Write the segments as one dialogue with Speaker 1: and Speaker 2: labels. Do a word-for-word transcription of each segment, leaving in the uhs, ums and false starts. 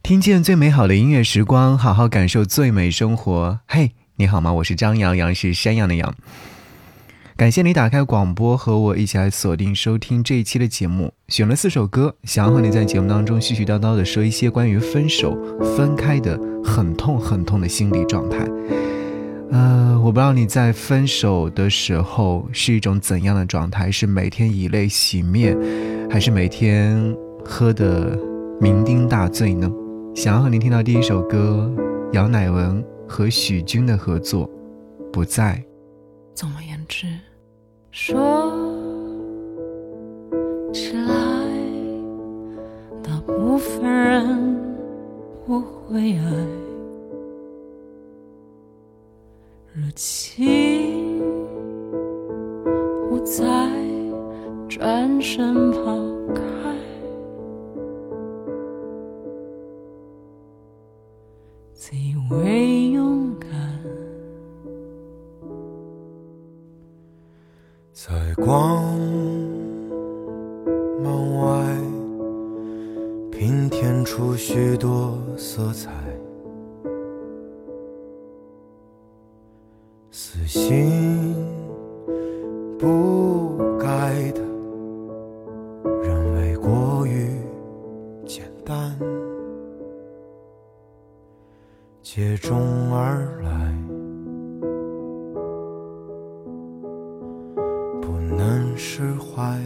Speaker 1: 听见最美好的音乐时光，好好感受最美生活。嘿，你好吗？我是张扬，杨是山羊的羊。感谢你打开广播和我一起来锁定收听这一期的节目，选了四首歌，想要和你在节目当中絮絮叨叨的说一些关于分手分开的很痛很痛的心理状态。呃，我不知道你在分手的时候是一种怎样的状态，是每天以泪洗面，还是每天喝得酩酊大醉呢？想要和您听到第一首歌，姚乃文和许君的合作，不在。
Speaker 2: 总而言之，说起来，大部分人不会爱，热情不再转身抛开，自以为勇敢，
Speaker 3: 在光芒外拼填出许多色彩，死心不改的认为过于简单，接踵而来不能释怀。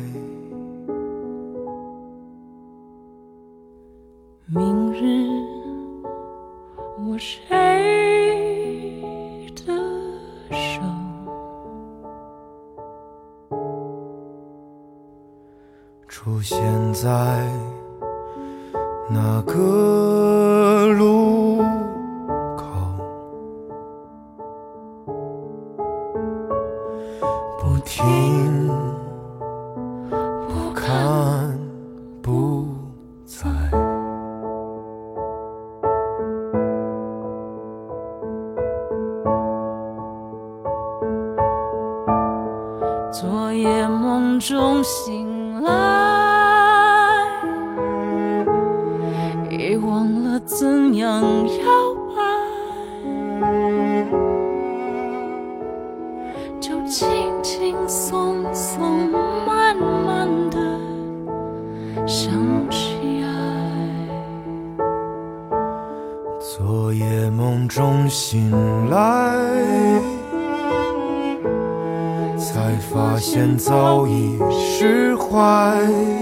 Speaker 2: 明日我谁的手
Speaker 3: 出现在那个路口，不听不看不在，
Speaker 2: 昨夜梦中醒来，已忘了怎样摇摆，就轻轻松松慢慢的想起爱。
Speaker 3: 昨夜梦中醒来，才发现早已释怀，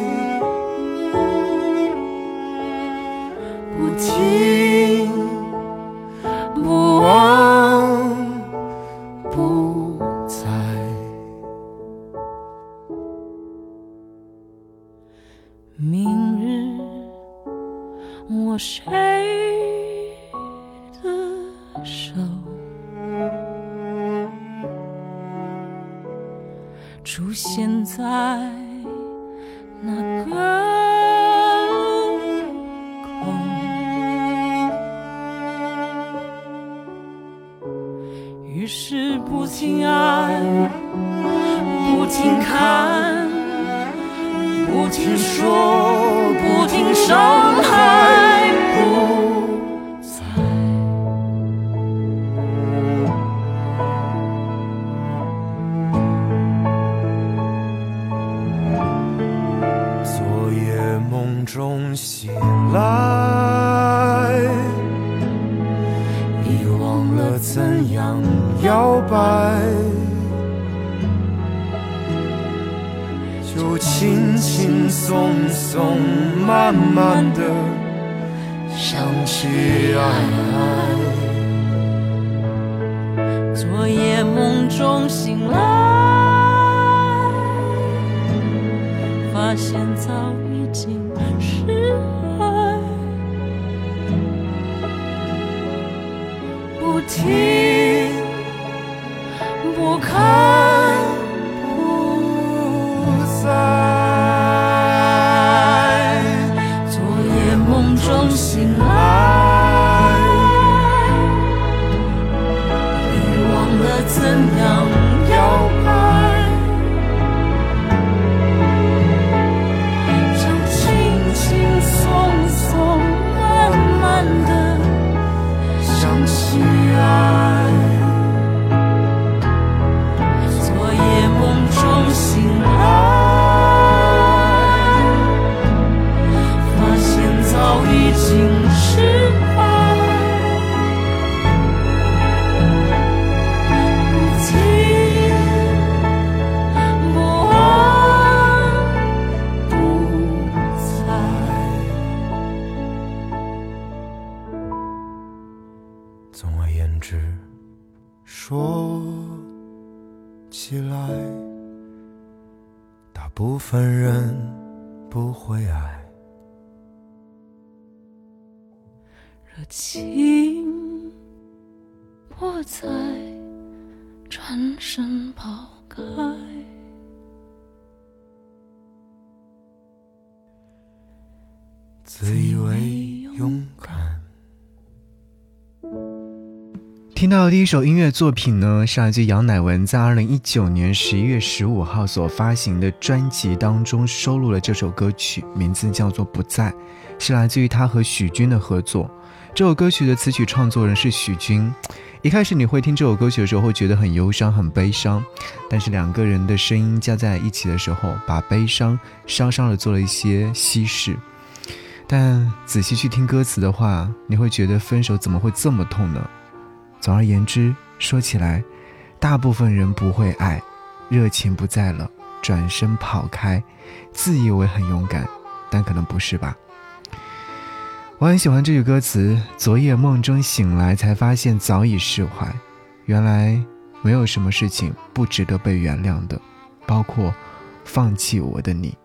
Speaker 3: 不听不忘不在，
Speaker 2: 明日我谁的手出现在那个口，于是不停爱，不停看，不停说，不停伤害，不在。
Speaker 3: 昨夜梦中醒来，已忘了怎样摇摆，就轻轻松松慢慢的想起爱。
Speaker 2: 昨夜梦中醒来，发现早已经是爱，不听不看
Speaker 3: 不在，
Speaker 2: 昨夜梦中醒来，已忘了怎样摇摆，就轻轻松松慢慢经释怀，不听不问不睬。
Speaker 3: 总而言之，说起来，大部分人不会爱。
Speaker 2: 热情迫在转身抛开，
Speaker 3: 自以为勇敢。
Speaker 1: 听到的第一首音乐作品呢，是来自杨乃文在二零一九年十一月十五号所发行的专辑当中收录了这首歌曲，名字叫做《不在》，是来自于他和许君的合作。这首歌曲的词曲创作人是许君。一开始你会听这首歌曲的时候会觉得很忧伤很悲伤，但是两个人的声音加在一起的时候，把悲伤稍稍的做了一些稀释。但仔细去听歌词的话，你会觉得分手怎么会这么痛呢？总而言之，说起来，大部分人不会爱，热情不在了，转身跑开，自以为很勇敢，但可能不是吧。我很喜欢这句歌词，昨夜梦中醒来，才发现早已释怀，原来没有什么事情不值得被原谅的，包括放弃我的你。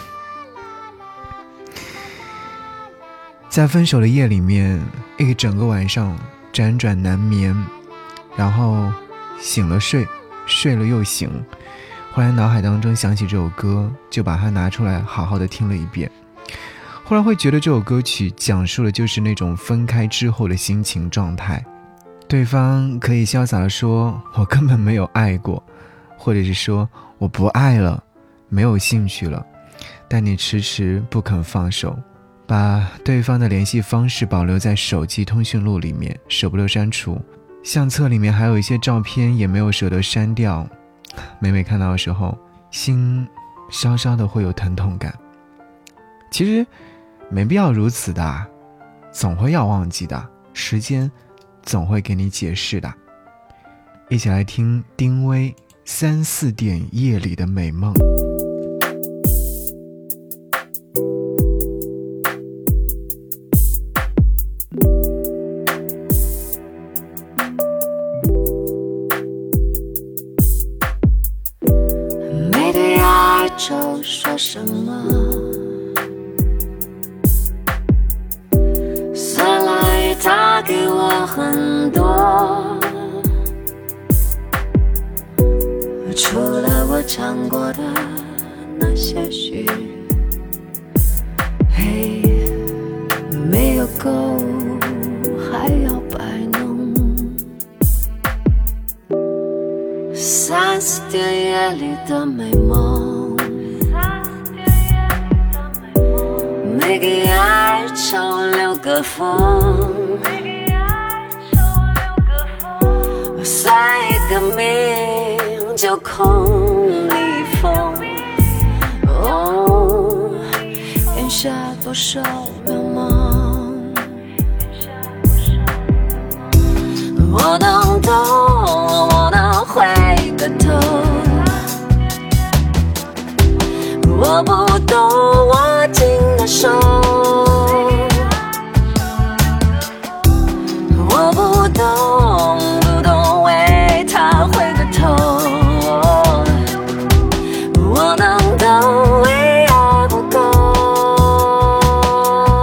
Speaker 1: 在分手的夜里面，一整个晚上辗转难眠，然后醒了睡，睡了又醒，后来脑海当中想起这首歌，就把它拿出来好好的听了一遍。忽然会觉得这首歌曲讲述的就是那种分开之后的心情状态，对方可以潇洒地说我根本没有爱过，或者是说我不爱了，没有兴趣了，但你迟迟不肯放手，把对方的联系方式保留在手机通讯录里面，舍不得删除，相册里面还有一些照片也没有舍得删掉。每每看到的时候，心稍稍的会有疼痛感。其实没必要如此的，总会要忘记的，时间总会给你解释的。一起来听丁薇三四点夜里的美梦。
Speaker 2: 没对爱就说什么，算来他给我很多，除了我尝过的那些许，嘿，没有够，还要摆弄。三四点夜里的美梦，每个爱抽六个风，算一个命就空里风。哦，眼下多少渺茫，我能懂，我能回个头，我不懂握紧的手，我不懂不懂为他回个头，我能懂为爱不够。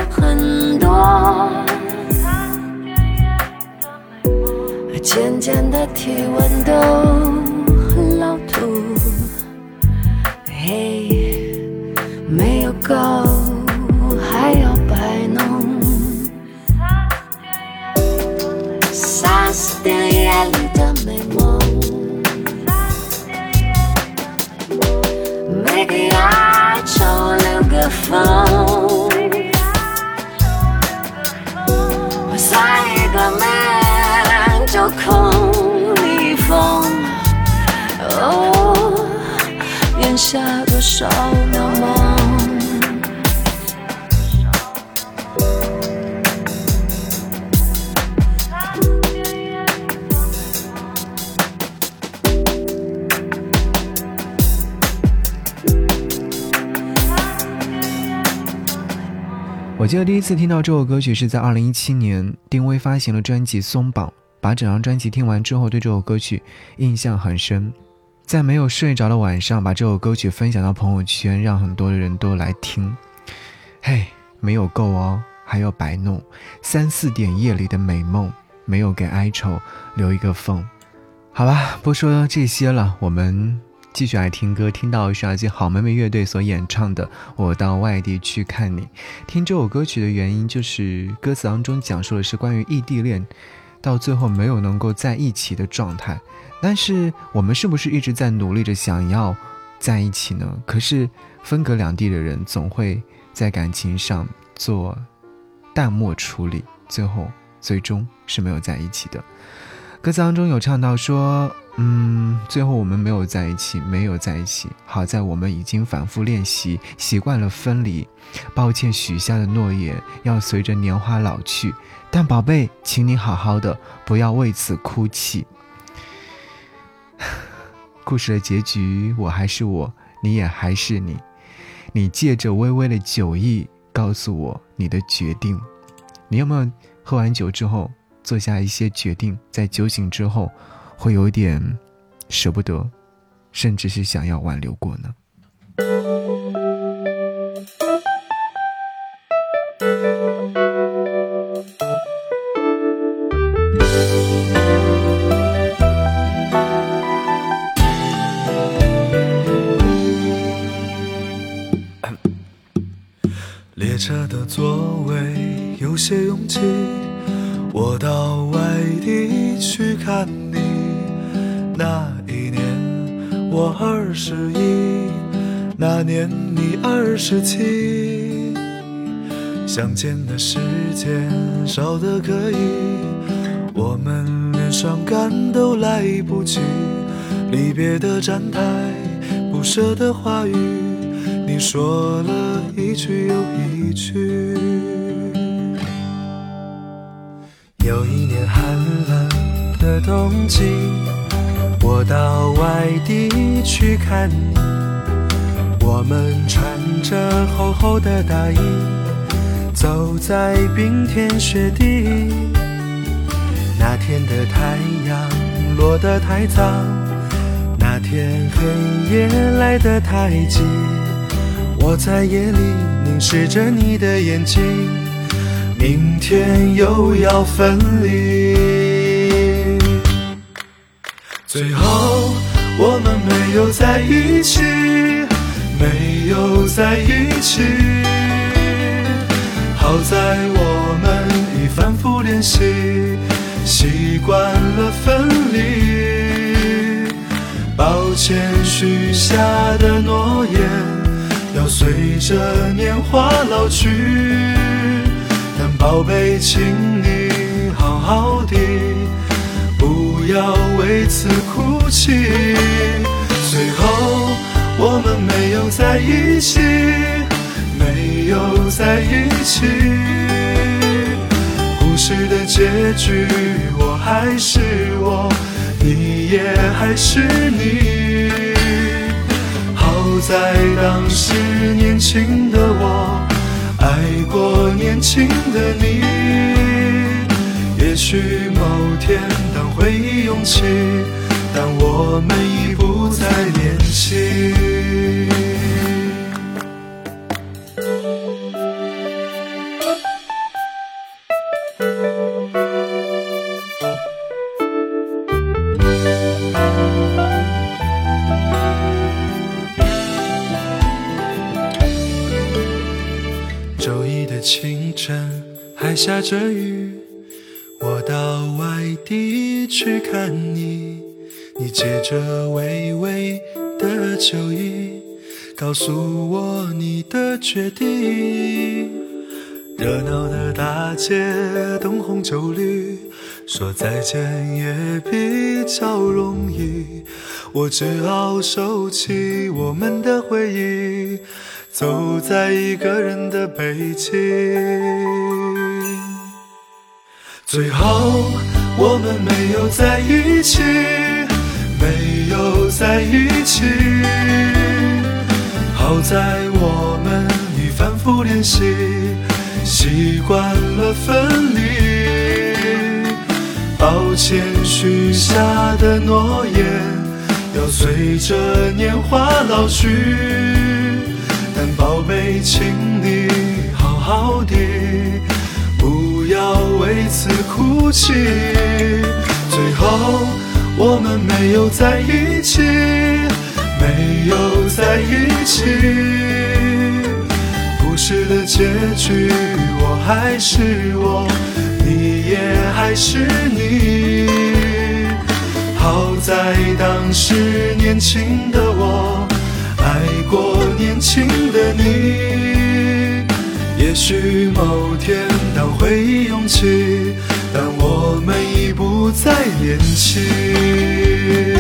Speaker 2: 很多，渐渐的体温都很老土，嘿，没有够，还要摆弄。三四点夜里的美梦，每个哀愁留个缝，我算一个门就空一缝。哦，眼下多少渺茫。
Speaker 1: 我记得第一次听到这首歌曲是在二零一七年，丁薇发行了专辑《松绑》，把整张专辑听完之后，对这首歌曲印象很深。在没有睡着的晚上，把这首歌曲分享到朋友圈，让很多的人都来听。嘿，没有够哦，还要摆弄。三四点夜里的美梦，没有给哀愁留一个缝。好吧，不说这些了，我们继续来听歌，听到是来自好妹妹乐队所演唱的《我到外地去看你》。听这首歌曲的原因就是歌词当中讲述的是关于异地恋到最后没有能够在一起的状态，但是我们是不是一直在努力着想要在一起呢？可是分隔两地的人总会在感情上做淡漠处理，最后最终是没有在一起的。歌词当中有唱到说，嗯，最后我们没有在一起，没有在一起。好在我们已经反复练习，习惯了分离。抱歉许下的诺言要随着年华老去，但宝贝，请你好好的，不要为此哭泣。故事的结局，我还是我，你也还是你。你借着微微的酒意，告诉我你的决定。你有没有喝完酒之后做下一些决定，在酒醒之后会有点舍不得，甚至是想要挽留过呢？
Speaker 3: 列车的座位有些拥挤，我到外地去看你。那一年我二十一，那年你二十七。相见的时间少得可以，我们连伤感都来不及。离别的站台，不舍的话语，你说了一句又一句。有一年寒冷的冬季，我到外地去看你。我们穿着厚厚的大衣，走在冰天雪地。那天的太阳落得太早，那天黑夜来得太急。我在夜里凝视着你的眼睛，明天又要分离。最后我们没有在一起，没有在一起。好在我们已反复练习，习惯了分离。抱歉许下的诺言要随着年华老去，但宝贝请你好好的，不要为此哭泣。最后我们没有在一起，没有在一起。故事的结局，我还是我，你也还是你。好在当时年轻的我爱过年轻的你。也许某天当回忆涌起，但我们已不再联系。 周一的清晨还下着雨，我到外地去看你，你借着微微的酒意告诉我你的决定。热闹的大街灯红酒绿，说再见也比较容易，我只好收起我们的回忆，走在一个人的北京。最后我们没有在一起，没有在一起，好在我们已反复练习，习惯了分离。抱歉许下的诺言要随着年华老去，但宝贝请你好好的，不要为此哭泣。最后我们没有在一起，没有在一起，故事的结局我还是我，你也还是你。好在当时年轻的我爱过年轻的你，也许某天当回忆涌起，但我们已不再年轻。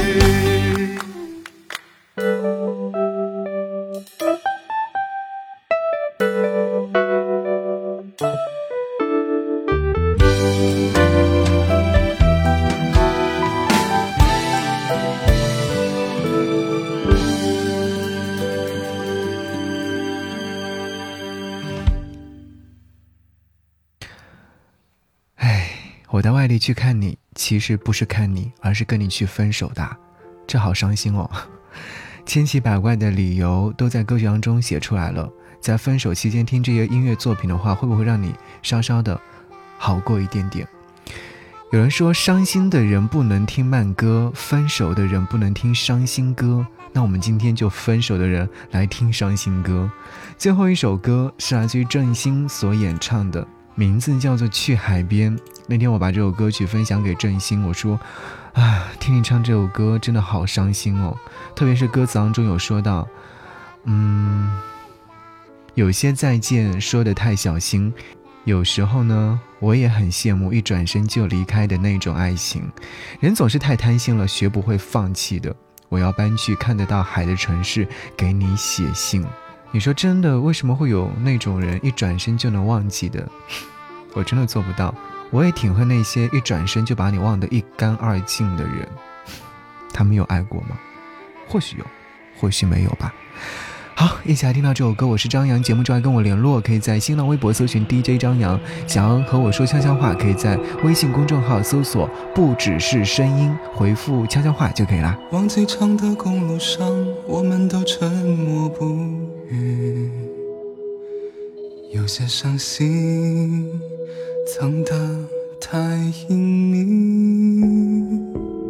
Speaker 1: 我到外地去看你，其实不是看你，而是跟你去分手的，这好伤心哦。千奇百怪的理由都在歌曲当中写出来了，在分手期间听这些音乐作品的话，会不会让你稍稍的好过一点点？有人说伤心的人不能听慢歌，分手的人不能听伤心歌，那我们今天就分手的人来听伤心歌。最后一首歌是来自于郑兴所演唱的，名字叫做《去海边》。那天我把这首歌曲分享给郑兴，我说啊，听你唱这首歌真的好伤心哦，特别是歌词当中有说到嗯，有些再见说得太小心，有时候呢我也很羡慕一转身就离开的那种爱情，人总是太贪心了，学不会放弃的，我要搬去看得到海的城市给你写信。你说真的，为什么会有那种人一转身就能忘记的？我真的做不到。我也挺恨那些一转身就把你忘得一干二净的人，他们有爱过吗？或许有，或许没有吧。好，一起来听到这首歌，我是张扬。节目之外跟我联络，可以在新浪微博搜寻 D J 张扬。想要和我说悄悄话，可以在微信公众号搜索不只是声音，回复悄悄话就可以啦。
Speaker 3: 忘记长的公路上，我们都沉默不语，有些伤心藏得太隐秘，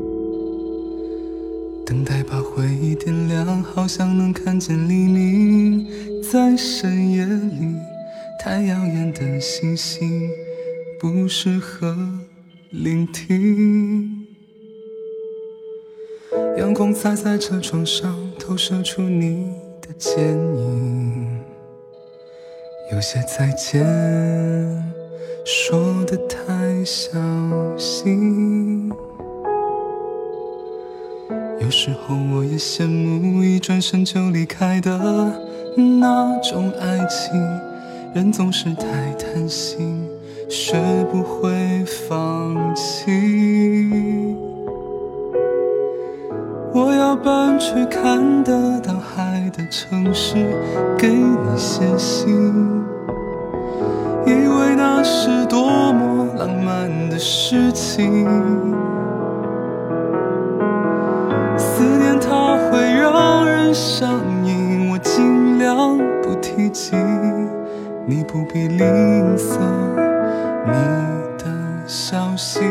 Speaker 3: 等待把回忆点亮，好像能看见黎明。在深夜里，太耀眼的星星不适合聆听。阳光洒在车窗上，投射出你的剪影。有些再见说得太小心，有时候我也羡慕一转身就离开的那种爱情，人总是太贪心，学不会放弃。我要搬去看得到海的城市给你写信，以为那是多么浪漫的事情，思念它会让人上瘾，我尽量不提及，你不必吝啬你的消息。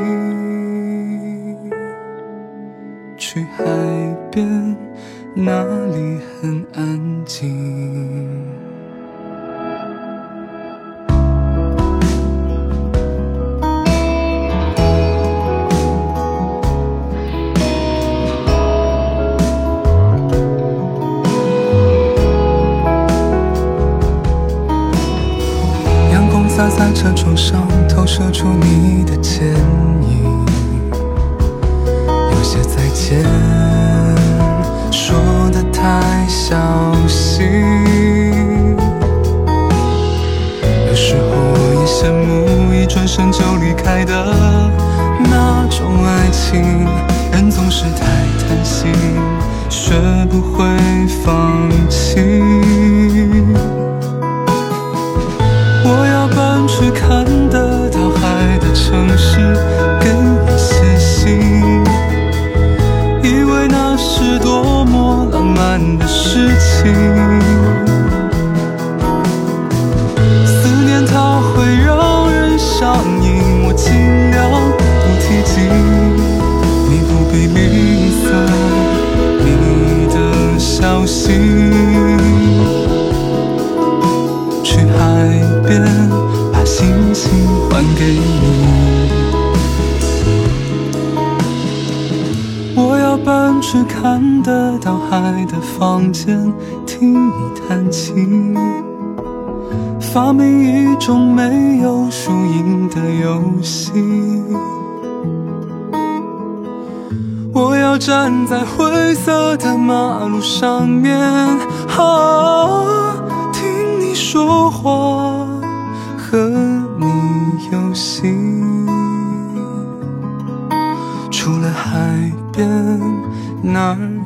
Speaker 3: 去海边，那里很安静。 洒在这桌上，投射出你的剪影。有些再见说得太小心，有时候我也羡慕一转身就离开的那种爱情，人总是太贪心，学不会放弃。我要搬去看得到海的城市，给你写信，以为那是多么浪漫的事情。思念它会让人上瘾，我尽量不提及，你不必吝啬你的消息。去海边把星星还给你，我要搬去看得到海的房间，听你弹琴，发明一种没有输赢的游戏。我要站在灰色的马路上面，啊，听你说话，和你游戏。除了海边，哪儿